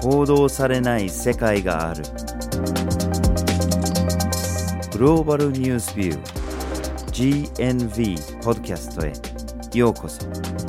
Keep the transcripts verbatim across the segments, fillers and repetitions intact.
報道されない世界がある。グローバルニュースビュー ジーエヌブイ ポッドキャストへようこそ。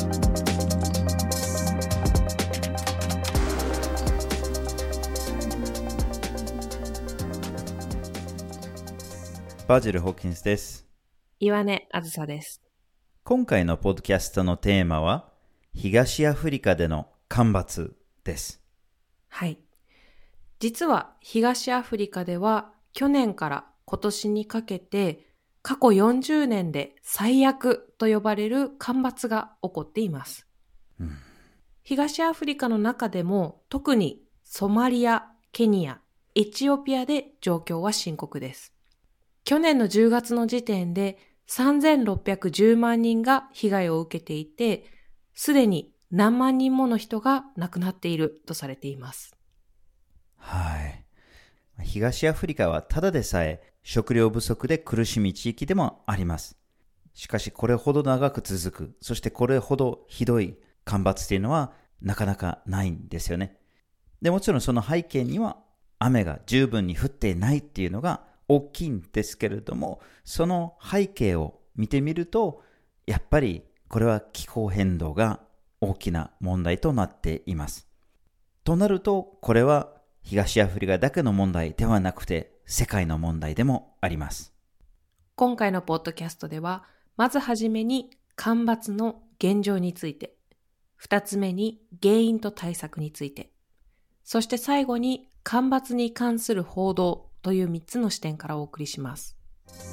バジル・ホーキンスです。 岩根あずさです。 今回のポッドキャストのテーマは東アフリカでの干ばつです。 はい。実は東アフリカでは去年から今年にかけて過去よんじゅうねんで最悪と呼ばれる干ばつが起こっています。うん、東アフリカの中でも特にソマリア、ケニア、エチオピアで状況は深刻です。去年のじゅうがつの時点でさんぜんろっぴゃくじゅうまんにんが被害を受けていて、すでに何万人もの人が亡くなっているとされています。 はい。東アフリカはただでさえ食料不足で苦しみ地域でもあります。しかしこれほど長く続く、そしてこれほどひどい干ばつというのはなかなかないんですよね。で、もちろんその背景には雨が十分に降っていないっていうのが大きいんですけれども、その背景を見てみると、やっぱりこれは気候変動が大きな問題となっています。となると、これは東アフリカだけの問題ではなくて、世界の問題でもあります。 今回のポッドキャストでは、まずはじめに干ばつの現状について、二つ目に原因と対策について、そして最後に干ばつに関する報道というみっつの視点からお送りします。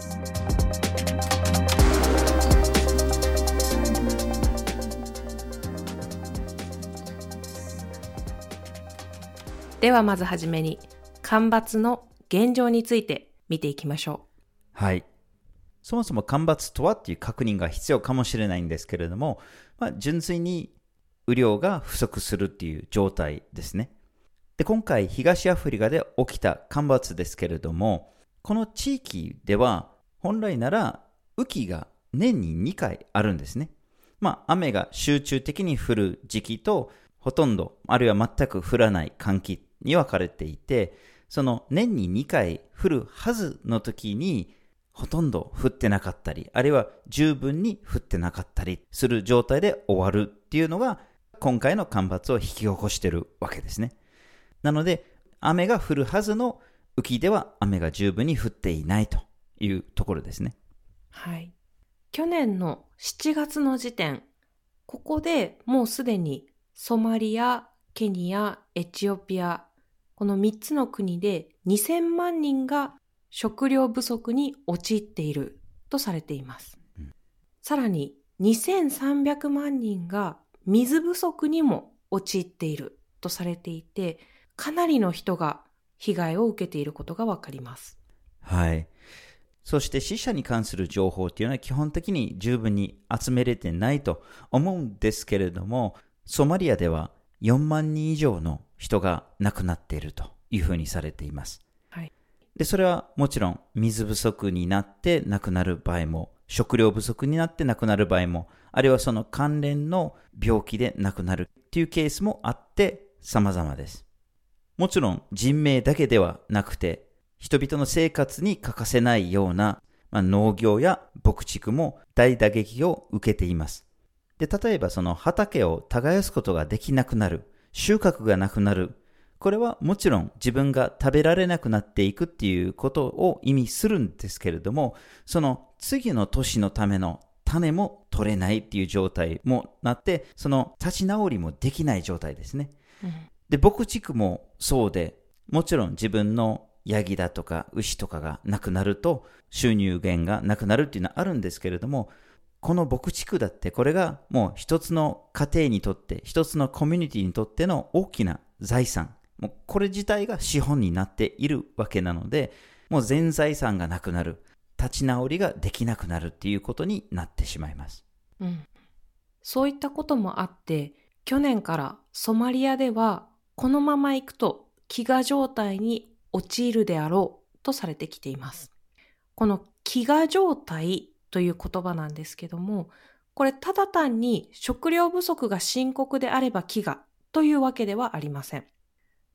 ではまずはじめに干ばつの現状について見ていきましょう。 はい。そもそも干ばつとはっていう確認が必要かもしれないんですけれども、まあ、純粋に雨量が不足するっていう状態ですね。で、今回東アフリカで起きた干ばつですけれども、この地域では本来なら雨季が年ににかいあるんですね。まあ、雨が集中的に降る時期とほとんどあるいは全く降らない乾季に分かれていて、その年ににかい降るはずの時にほとんど降ってなかったり、あるいは十分に降ってなかったりする状態で終わるっていうのが今回の干ばつを引き起こしているわけですね。なので雨が降るはずの雨季では雨が十分に降っていないというところですね。 はい。去年のしちがつの時点、ここでもうすでにソマリア、ケニア、エチオピア、このみっつの国でにせんまんにんが食料不足に陥っているとされています。うん、さらににせんさんびゃくまんにんが水不足にも陥っているとされていて、かなりの人が被害を受けていることがわかります。 はい。そして死者に関する情報っていうのは基本的に十分に集めれてないと思うんですけれども、ソマリアではよんまんにん以上の人が亡くなっているというふうにされています。 はい。 で、それはもちろん水不足になって亡くなる場合も、食料不足になって亡くなる場合も、あるいはその関連の病気で亡くなるっていうケースもあって様々です。もちろん人命だけではなくて、人々の生活に欠かせないような、まあ、農業や牧畜も大打撃を受けています。で、例えばその畑を耕すことができなくなる、収穫がなくなる、これはもちろん自分が食べられなくなっていくっていうことを意味するんですけれども、その次の年のための種も取れないっていう状態もなって、その立ち直りもできない状態ですね。うん、で、牧畜もそうで、もちろん自分のヤギだとか牛とかがなくなると収入源がなくなるっていうのはあるんですけれども、この牧畜だってこれがもう一つの家庭にとって、一つのコミュニティにとっての大きな財産、もうこれ自体が資本になっているわけなので、もう全財産がなくなる、立ち直りができなくなるっていうことになってしまいます。 うん、そういったこともあって、去年からソマリアではこのままいくと飢餓状態に陥るであろうとされてきています。この飢餓状態という言葉なんですけども、これただ単に食料不足が深刻であれば飢餓というわけではありません。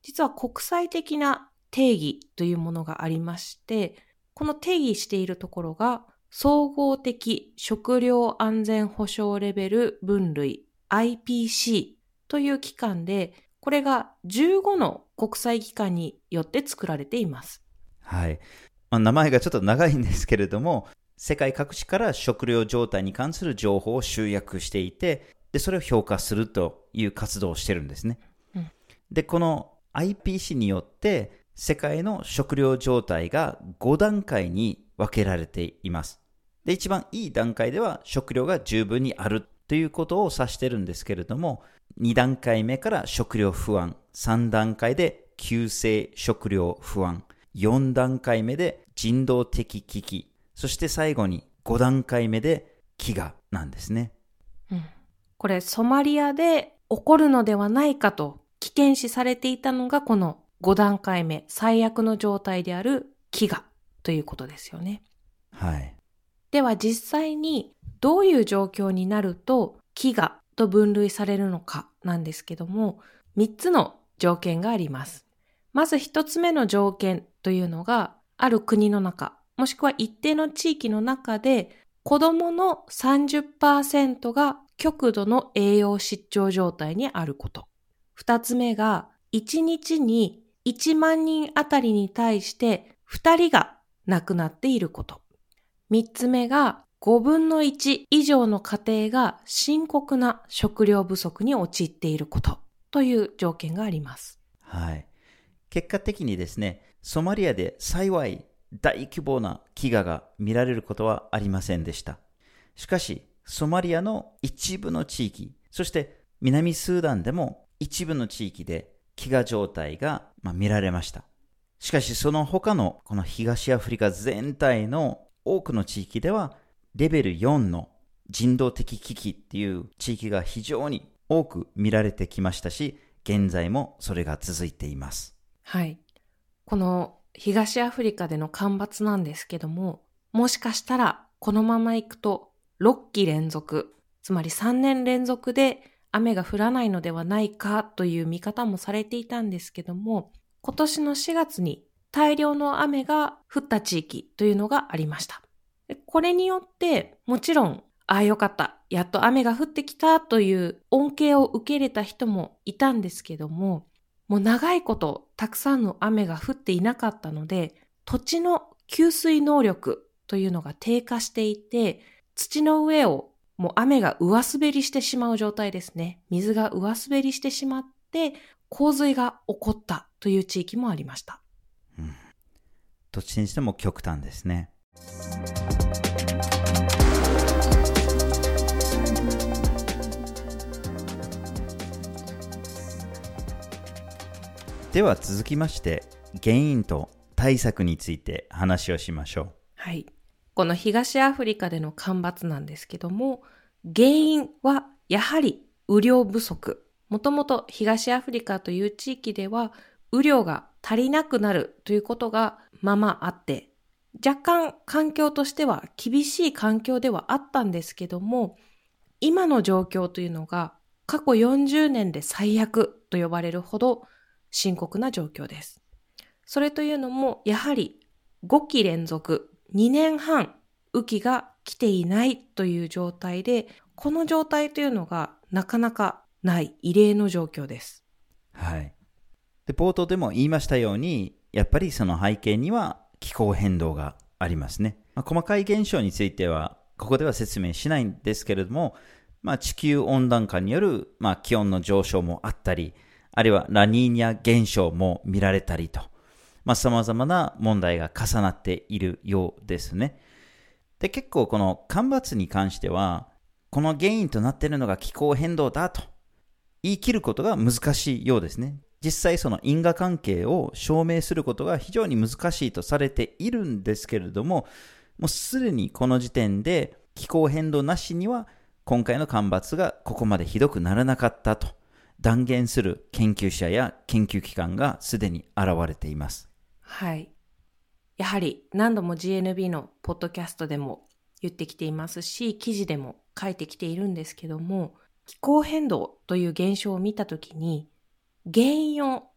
実は国際的な定義というものがありまして、この定義しているところが、総合的食料安全保障レベル分類 アイピーシー という機関で、これがじゅうごの国際機関によって作られています。 はい。まあ、名前がちょっと長いんですけれども、世界各地から食料状態に関する情報を集約していて、でそれを評価するという活動をしてるんですね。うん、で、この アイピーシー によって世界の食料状態がご段階に分けられています。で、一番いい段階では食料が十分にあるということを指してるんですけれども、に段階目から食料不安、さん段階で急性食料不安、よん段階目で人道的危機、そして最後にご段階目で飢餓なんですね。 うん、これソマリアで起こるのではないかと危険視されていたのがこのご段階目、最悪の状態である飢餓ということですよね。 はい。 では実際にどういう状況になると飢餓と分類されるのかなんですけども、みっつの条件があります。まずひとつめの条件というのが、ある国の中、もしくは一定の地域の中で子どもの さんじゅっパーセント が極度の栄養失調状態にあること。二つ目が、いちにちにいちまんにんあたりに対してふたりが亡くなっていること。三つ目が、ごぶんのいち以上の家庭が深刻な食料不足に陥っていることという条件があります。 はい。結果的にですね、ソマリアで幸い大規模な飢餓が見られることはありませんでした。しかし、ソマリアの一部の地域、そして南スーダンでも一部の地域で飢餓状態が、まあ、見られました。しかしその他のこの東アフリカ全体の多くの地域ではレベルよんの人道的危機っていう地域が非常に多く見られてきましたし、現在もそれが続いています。 はい。この東アフリカでの干ばつなんですけども、もしかしたらこのままいくとろっき連続、つまりさんねん連続で雨が降らないのではないかという見方もされていたんですけども、今年のしがつに大量の雨が降った地域というのがありました。これによってもちろん、ああよかった、やっと雨が降ってきたという恩恵を受け入れた人もいたんですけども、もう長いことたくさんの雨が降っていなかったので、土地の吸水能力というのが低下していて、土の上をもう雨が上滑りしてしまう状態ですね。水が上滑りしてしまって洪水が起こったという地域もありました。 うん、どっちにしても極端ですね。では続きまして原因と対策について話をしましょう。 はい。この東アフリカでの干ばつなんですけども、原因はやはり雨量不足。もともと東アフリカという地域では雨量が足りなくなるということがままあって、若干環境としては厳しい環境ではあったんですけども、今の状況というのが過去よんじゅうねんで最悪と呼ばれるほど深刻な状況です。それというのもやはりごき連続にねんはん雨季が来ていないという状態で、この状態というのがなかなかない異例の状況です。 はい。で、冒頭でも言いましたように、やっぱりその背景には気候変動がありますね。まあ、細かい現象についてはここでは説明しないんですけれども、まあ、地球温暖化による、まあ、気温の上昇もあったり、あるいはラニーニャ現象も見られたりと、まあ、様々な問題が重なっているようですね。で、結構この干ばつに関しては、この原因となっているのが気候変動だと言い切ることが難しいようですね。実際その因果関係を証明することが非常に難しいとされているんですけれども、もうすでにこの時点で気候変動なしには今回の干ばつがここまでひどくならなかったと断言する研究者や研究機関がすでに現れています。 はい。やはり何度も ジーエヌビー のポッドキャストでも言ってきていますし、記事でも書いてきているんですけども、気候変動という現象を見たときに、原因を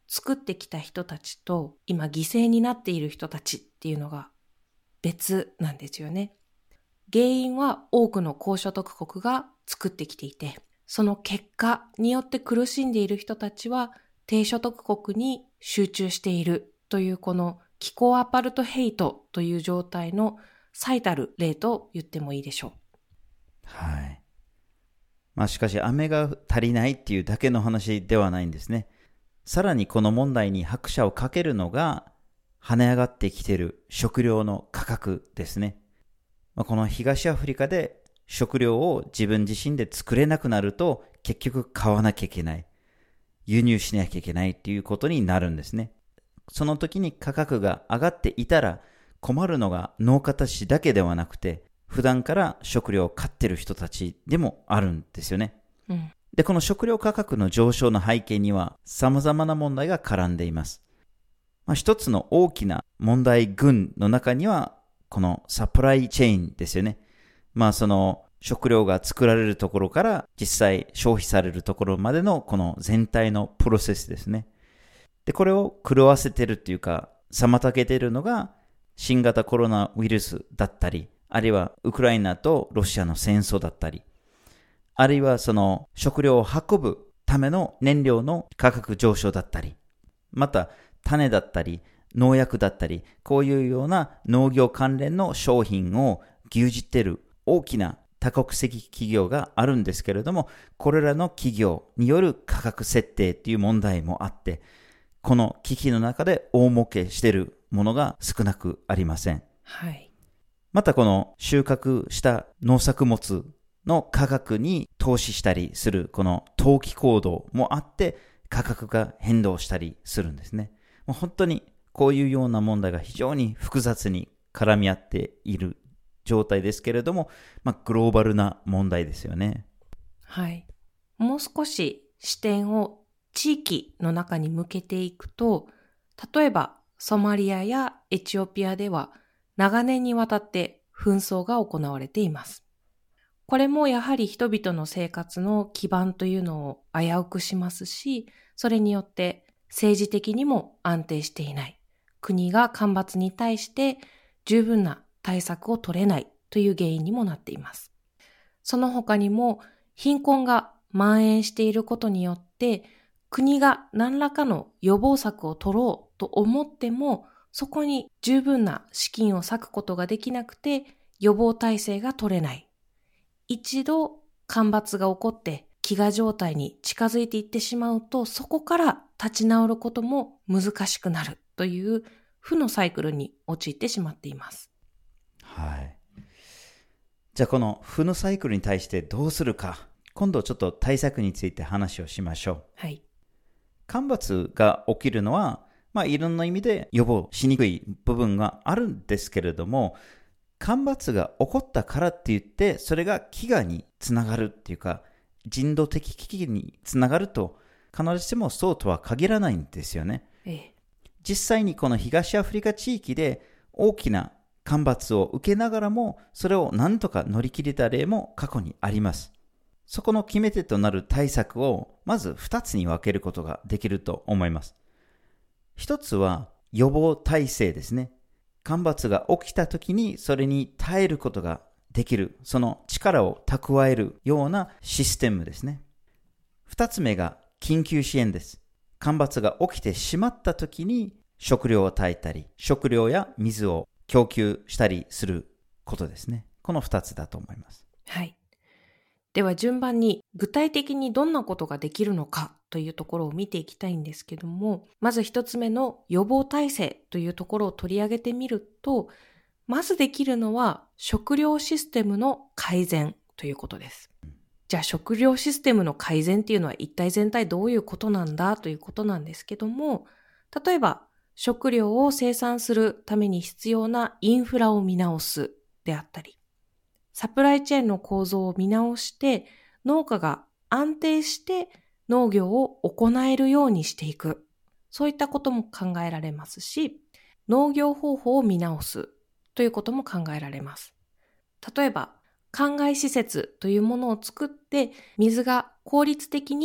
作ってきた人たちと今犠牲になっている人たちっていうのが別なんですよね。原因は多くの高所得国が作ってきていて、その結果によって苦しんでいる人たちは低所得国に集中しているというこの気候アパルトヘイトという状態の最たる例と言ってもいいでしょう。 はい。まあしかし雨が足りないっていうだけの話ではないんですね。さらにこの問題に拍車をかけるのが跳ね上がってきている食料の価格ですね。まあ、この東アフリカで食料を自分自身で作れなくなると結局買わなきゃいけない。輸入しなきゃいけないっていうことになるんですね。その時に価格が上がっていたら困るのが農家たちだけではなくて、普段から食料を買ってる人たちでもあるんですよね。 うん、 で、この食料価格の上昇の背景には様々な問題が絡んでいます。まあ、一つの大きな問題群の中にはこのサプライチェーンですよね。まあその食料が作られるところから実際消費されるところまでのこの全体のプロセスですね。で、これを狂わせてるっていうか妨げてるのが新型コロナウイルスだったり、あるいはウクライナとロシアの戦争だったり、あるいはその食料を運ぶための燃料の価格上昇だったり、また種だったり農薬だったり、こういうような農業関連の商品を牛耳っている大きな多国籍企業があるんですけれども、これらの企業による価格設定という問題もあって、この危機の中で大儲けしているものが少なくありません。 はい。 またこの収穫した農作物の価格に投資したりするこの投機行動もあって価格が変動したりするんですね。もう本当にこういうような問題が非常に複雑に絡み合っている状態ですけれども、まあ、グローバルな問題ですよね。 はい。もう少し視点を地域の中に向けていくと、例えばソマリアやエチオピアでは長年にわたって紛争が行われています。これもやはり人々の生活の基盤というのを危うくしますし、それによって政治的にも安定していない。国が干ばつに対して十分な対策を取れないという原因にもなっています。その他にも貧困が蔓延していることによって国が何らかの予防策を取ろうと思ってもそこに十分な資金を割くことができなくて予防体制が取れない。一度干ばつが起こって飢餓状態に近づいていってしまうとそこから立ち直ることも難しくなるという負のサイクルに陥ってしまっています。 はい。じゃあこの負のサイクルに対してどうするか、今度ちょっと対策について話をしましょう。 はい。 干ばつが起きるのは、まあいろんな意味で予防しにくい部分があるんですけれども、干ばつが起こったからって言ってそれが飢餓につながるっていうか人道的危機につながると必ずしもそうとは限らないんですよね。 ええ、 実際にこの東アフリカ地域で大きな干ばつを受けながらもそれを何とか乗り切れた例も過去にあります。そこの決め手となる対策をまずふたつに分けることができると思います。一つは予防体制ですね。干ばつが起きた時にそれに耐えることができる、その力を蓄えるようなシステムですね。二つ目が緊急支援です。干ばつが起きてしまった時に食料を与えたり、食料や水を供給したりすることですね。この二つだと思います。 はい。では順番に具体的にどんなことができるのかというところを見ていきたいんですけども、まず一つ目の予防体制というところを取り上げてみると、まずできるのは食料システムの改善ということです。じゃあ食料システムの改善っていうのは一体全体どういうことなんだということなんですけども、例えば食料を生産するために必要なインフラを見直すであったり、サプライチェーンの構造を見直して農家が安定して農業を行えるようにしていく。そういったことも考えられますし、農業方法を見直すということも考えられます。例えば、灌漑施設というものを作って水が効率的に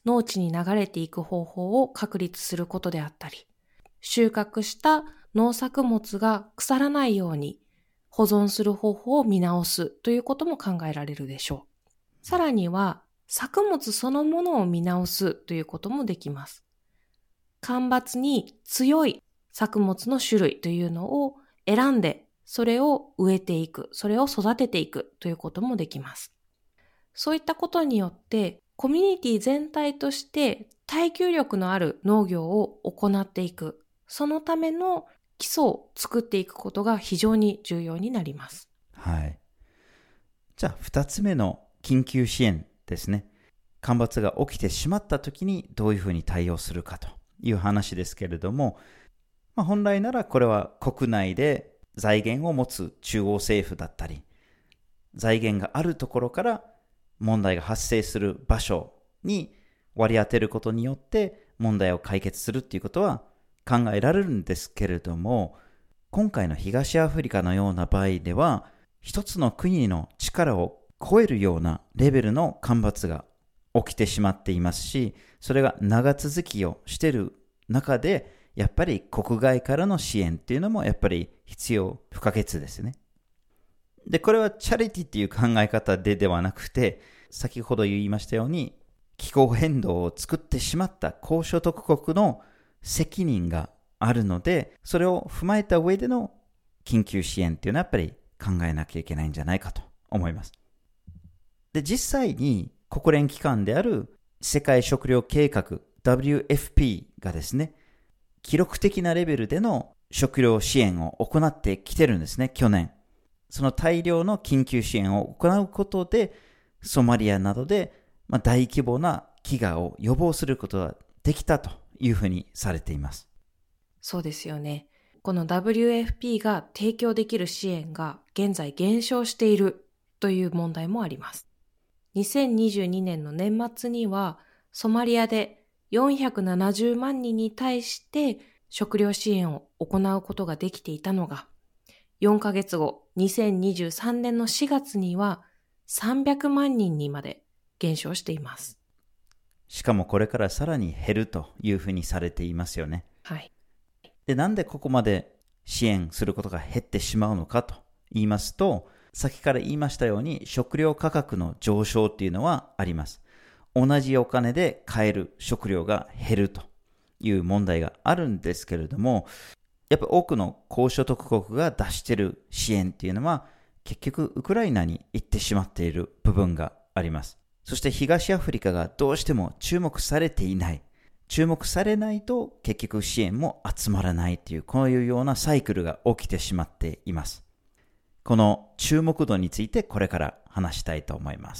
農地に流れていく方法を確立することであったり、収穫した農作物が腐らないように保存する方法を見直すということも考えられるでしょう。さらには、作物そのものを見直すということもできます。干ばつに強い作物の種類というのを選んで、それを植えていく、それを育てていくということもできます。そういったことによって、コミュニティ全体として耐久力のある農業を行っていく、そのための基礎を作っていくことが非常に重要になります。 はい。じゃあ、二つ目の緊急支援ですね。干ばつが起きてしまったときにどういうふうに対応するかという話ですけれども、まあ、本来ならこれは国内で財源を持つ中央政府だったり、財源があるところから問題が発生する場所に割り当てることによって問題を解決するっていうことは考えられるんですけれども、今回の東アフリカのような場合では、一つの国の力を超えるようなレベルの干ばつが起きてしまっていますし、それが長続きをしている中で、やっぱり国外からの支援っていうのもやっぱり必要不可欠ですね。で、これはチャリティっていう考え方でではなくて、先ほど言いましたように、気候変動を作ってしまった高所得国の責任があるので、それを踏まえた上での緊急支援っていうのはやっぱり考えなきゃいけないんじゃないかと思います。で、実際に国連機関である世界食糧計画 ダブリューエフピー がですね、記録的なレベルでの食料支援を行ってきてるんですね、去年。その大量の緊急支援を行うことで、ソマリアなどで、まあ、大規模な飢餓を予防することができたというふうにされています。 そうですよね。この ダブリューエフピー が提供できる支援が現在減少しているという問題もあります。にせんにじゅうにねんの年末にはソマリアでよんひゃくななじゅうまんにんに対して食料支援を行うことができていたのが、よんかげつご、にせんにじゅうさんねんのしがつにはさんびゃくまんにんにまで減少しています。 しかもこれからさらに減るというふうにされていますよね。 はい。 で、なんでここまで支援することが減ってしまうのかと言いますと、先から言いましたように食料価格の上昇っていうのはあります。同じお金で買える食料が減るという問題があるんですけれども、やっぱ多くの高所得国が出している支援っていうのは結局ウクライナに行ってしまっている部分があります。そして東アフリカがどうしても注目されていない。注目されないと結局支援も集まらないという、こういうようなサイクルが起きてしまっています。この注目度についてこれから話したいと思います。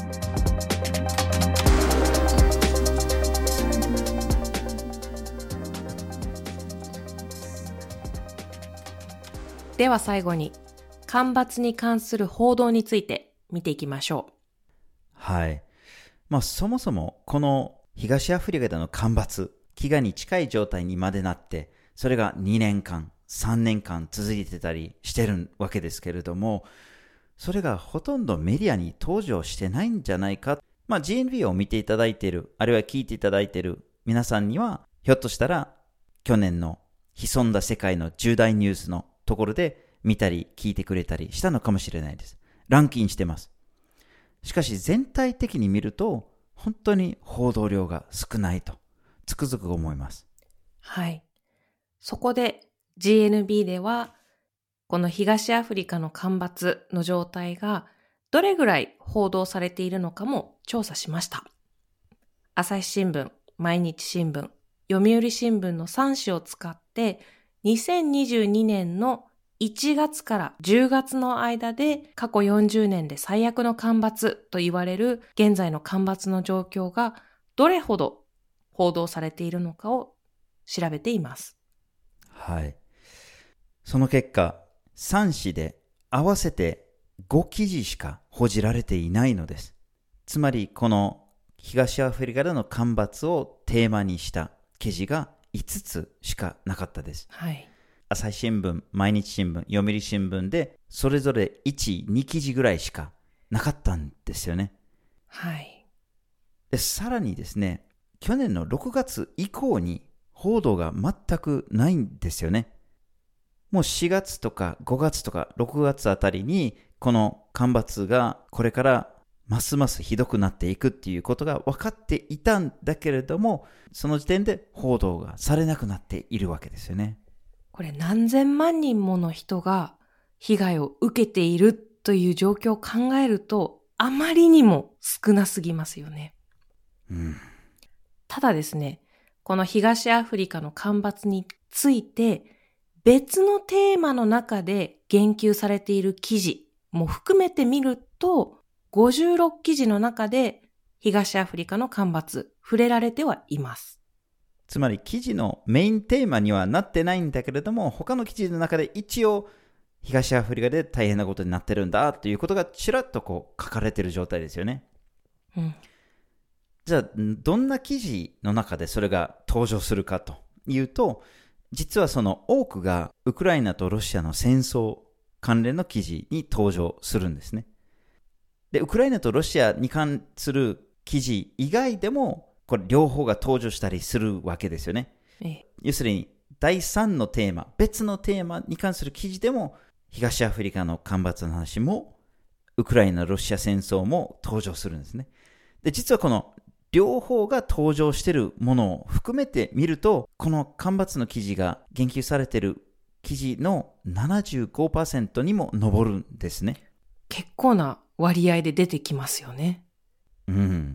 では最後に干ばつに関する報道について見ていきましょう。 はい。まあそもそもこの東アフリカでの干ばつ、飢餓に近い状態にまでなって、それがにねんかん、さんねんかん続いてたりしてるわけですけれども、それがほとんどメディアに登場してないんじゃないか。まあ ジーエヌビー を見ていただいている、あるいは聞いていただいている皆さんには、ひょっとしたら去年の潜んだ世界の重大ニュースのところで見たり聞いてくれたりしたのかもしれないです。ランクインしてます。しかし全体的に見ると本当に報道量が少ないとつくづく思います。 はい。そこで ジーエヌビー ではこの東アフリカの干ばつの状態がどれぐらい報道されているのかも調査しました。朝日新聞、毎日新聞、読売新聞のさん紙を使ってにせんにじゅうにねんのいちがつからじゅうがつの間で過去よんじゅうねんで最悪の干ばつと言われる現在の干ばつの状況がどれほど報道されているのかを調べています。 はい。その結果、さん紙で合わせてご記事しか報じられていないのです。つまりこの東アフリカでの干ばつをテーマにした記事がいつつしかなかったです。 はい。 朝日新聞、毎日新聞、読売新聞でそれぞれいち、に記事ぐらいしかなかったんですよね。 はい。 で、さらにですね、去年のろくがつ以降に報道が全くないんですよね。もうしがつとかごがつとかろくがつあたりに、この干ばつがこれからますますひどくなっていくっていうことが分かっていたんだけれども、その時点で報道がされなくなっているわけですよね。 これ何千万人もの人が被害を受けているという状況を考えると、あまりにも少なすぎますよね。 うん、 ただですね、この東アフリカの干ばつについて別のテーマの中で言及されている記事も含めてみると、ごじゅうろく記事の中で東アフリカの干ばつ触れられてはいます。 つまり記事のメインテーマにはなってないんだけれども、他の記事の中で一応東アフリカで大変なことになってるんだということがちらっとこう書かれている状態ですよね。 うん、 じゃあどんな記事の中でそれが登場するかというと、実はその多くがウクライナとロシアの戦争関連の記事に登場するんですね。で、ウクライナとロシアに関する記事以外でもこれ両方が登場したりするわけですよね。 ええ、 要するにだいさんのテーマ、別のテーマに関する記事でも東アフリカの干ばつの話もウクライナ・ロシア戦争も登場するんですね。で、実はこの両方が登場しているものを含めてみると、この干ばつの記事が言及されている記事の ななじゅうごパーセント にも上るんですね。 結構な割合で出てきますよね。 うん。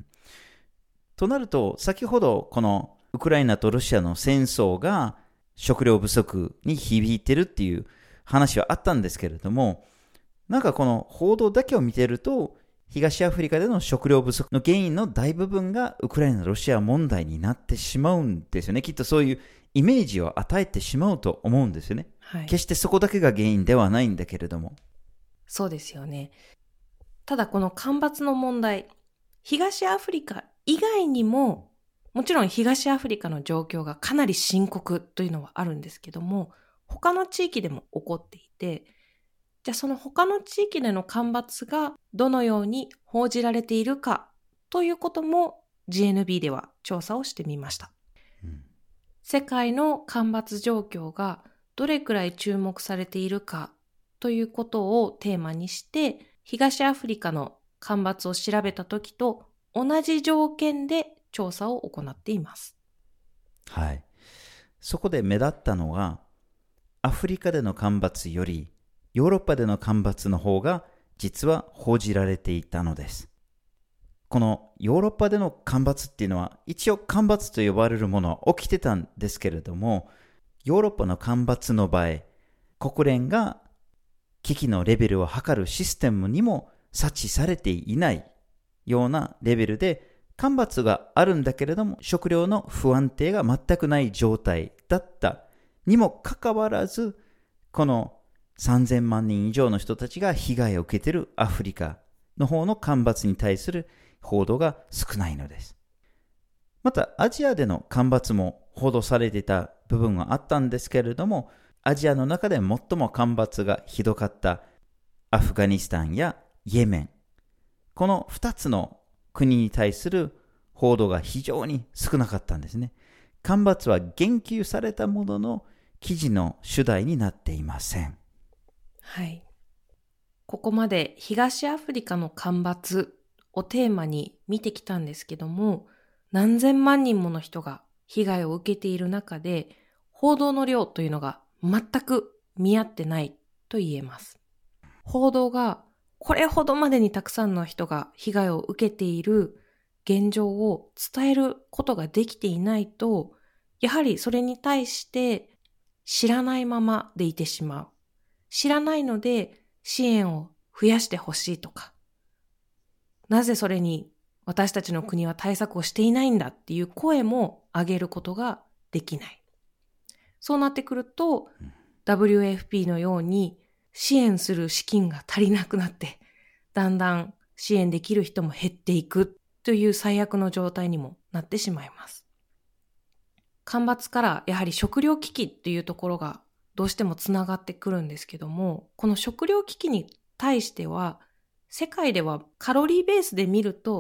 となると、先ほどこのウクライナとロシアの戦争が食料不足に響いてるっていう話はあったんですけれども、なんかこの報道だけを見てると、東アフリカでの食料不足の原因の大部分がウクライナ・ロシア問題になってしまうんですよね。きっとそういうイメージを与えてしまうと思うんですよね。 はい、 決してそこだけが原因ではないんだけれども。 そうですよね。ただこの干ばつの問題、東アフリカ以外にも、もちろん東アフリカの状況がかなり深刻というのはあるんですけども、他の地域でも起こっていて、じゃあその他の地域での干ばつがどのように報じられているかということも ジーエヌビー では調査をしてみました。 うん、 世界の干ばつ状況がどれくらい注目されているかということをテーマにして、東アフリカの干ばつを調べたときと同じ条件で調査を行っています。 はい。そこで目立ったのが、アフリカでの干ばつよりヨーロッパでの干ばつの方が実は報じられていたのです。このヨーロッパでの干ばつっていうのは一応干ばつと呼ばれるものは起きてたんですけれども、ヨーロッパの干ばつの場合、国連が危機のレベルを測るシステムにも察知されていないようなレベルで、干ばつがあるんだけれども食料の不安定が全くない状態だったにもかかわらず、このさんぜんまんにん以上の人たちが被害を受けているアフリカの方の干ばつに対する報道が少ないのです。またアジアでの干ばつも報道されていた部分があったんですけれども、アジアの中で最も干ばつがひどかったアフガニスタンやイエメン、このふたつの国に対する報道が非常に少なかったんですね。干ばつは言及されたものの記事の主題になっていません。 はい。ここまで東アフリカの干ばつをテーマに見てきたんですけども、何千万人もの人が被害を受けている中で、報道の量というのが全く見合ってないと言えます。報道がこれほどまでにたくさんの人が被害を受けている現状を伝えることができていないと、やはりそれに対して知らないままでいてしまう。知らないので支援を増やしてほしいとか、なぜそれに私たちの国は対策をしていないんだっていう声も上げることができない。そうなってくると、うん、ダブリューエフピー のように支援する資金が足りなくなって、だんだん支援できる人も減っていくという最悪の状態にもなってしまいます。干ばつからやはり食糧危機っていうところがどうしてもつながってくるんですけども、この食糧危機に対しては世界ではカロリーベースで見ると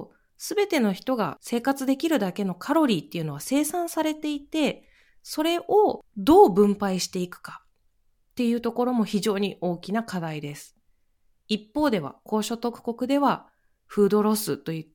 すべての人が生活できるだけのカロリーっていうのは生産されていて、それをどう分配していくかっていうところも非常に大きな課題です。一方では、高所得国ではフードロスといって、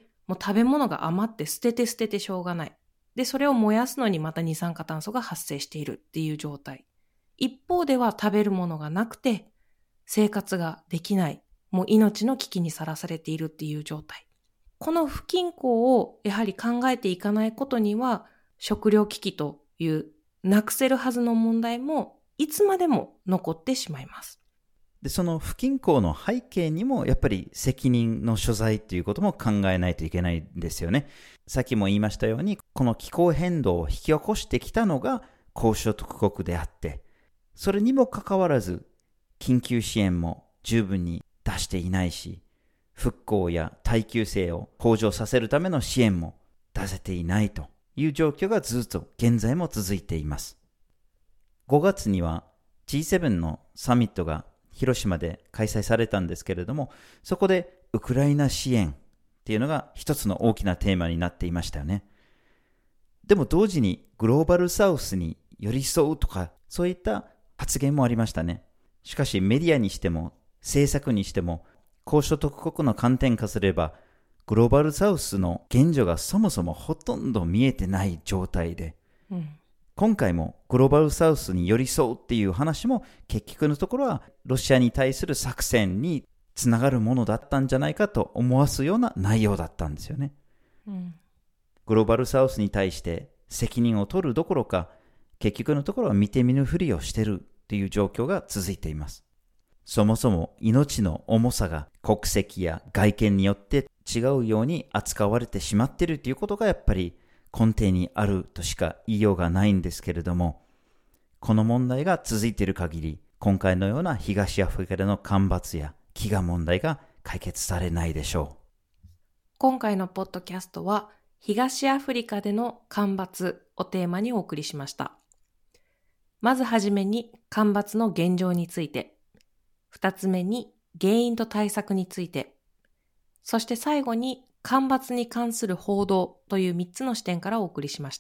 もう食べ物が余って捨てて捨ててしょうがない。で、それを燃やすのにまた二酸化炭素が発生しているっていう状態。一方では食べるものがなくて生活ができない。もう命の危機にさらされているっていう状態。この不均衡をやはり考えていかないことには、食糧危機というなくせるはずの問題もいつまでも残ってしまいます。 で、その不均衡の背景にもやっぱり責任の所在ということも考えないといけないんですよね。さっきも言いましたように、この気候変動を引き起こしてきたのが高所得国であって、それにもかかわらず緊急支援も十分に出していないし、復興や耐久性を向上させるための支援も出せていないという状況がずっと現在も続いています。ごがつには ジーセブン のサミットが広島で開催されたんですけれども、そこでウクライナ支援っていうのが一つの大きなテーマになっていましたよね。でも同時にグローバルサウスに寄り添うとか、そういった発言もありましたね。しかしメディアにしても政策にしても、高所得国の観点化すれば、グローバルサウスの現状がそもそもほとんど見えてない状態で、うん、今回もグローバルサウスに寄り添うっていう話も結局のところはロシアに対する作戦につながるものだったんじゃないかと思わすような内容だったんですよね。うん、グローバルサウスに対して責任を取るどころか、結局のところは見て見ぬふりをしているという状況が続いています。そもそも命の重さが国籍や外見によって違うように扱われてしまっているということがやっぱり根底にあるとしか言いようがないんですけれども、この問題が続いている限り、今回のような東アフリカでの干ばつや飢餓問題が解決されないでしょう。 今回のポッドキャストは東アフリカでの干ばつをテーマにお送りしました。まずはじめに干ばつの現状について、二つ目に原因と対策について、そして最後に干ばつに関する報道という三つの視点からお送りしました。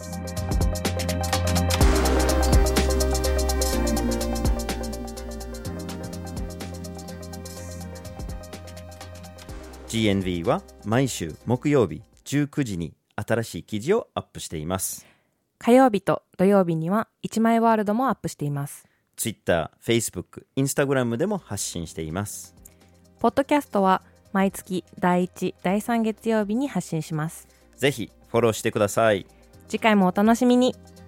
ジーエヌビー は毎週木曜日じゅうくじに新しい記事をアップしています。 火曜日と土曜日には一枚ワールドもアップしています。 Twitter、Facebook、Instagram でも発信しています。 ポッドキャストは毎月だいいち、だいさん月曜日に発信します。 ぜひフォローしてください。 次回もお楽しみに。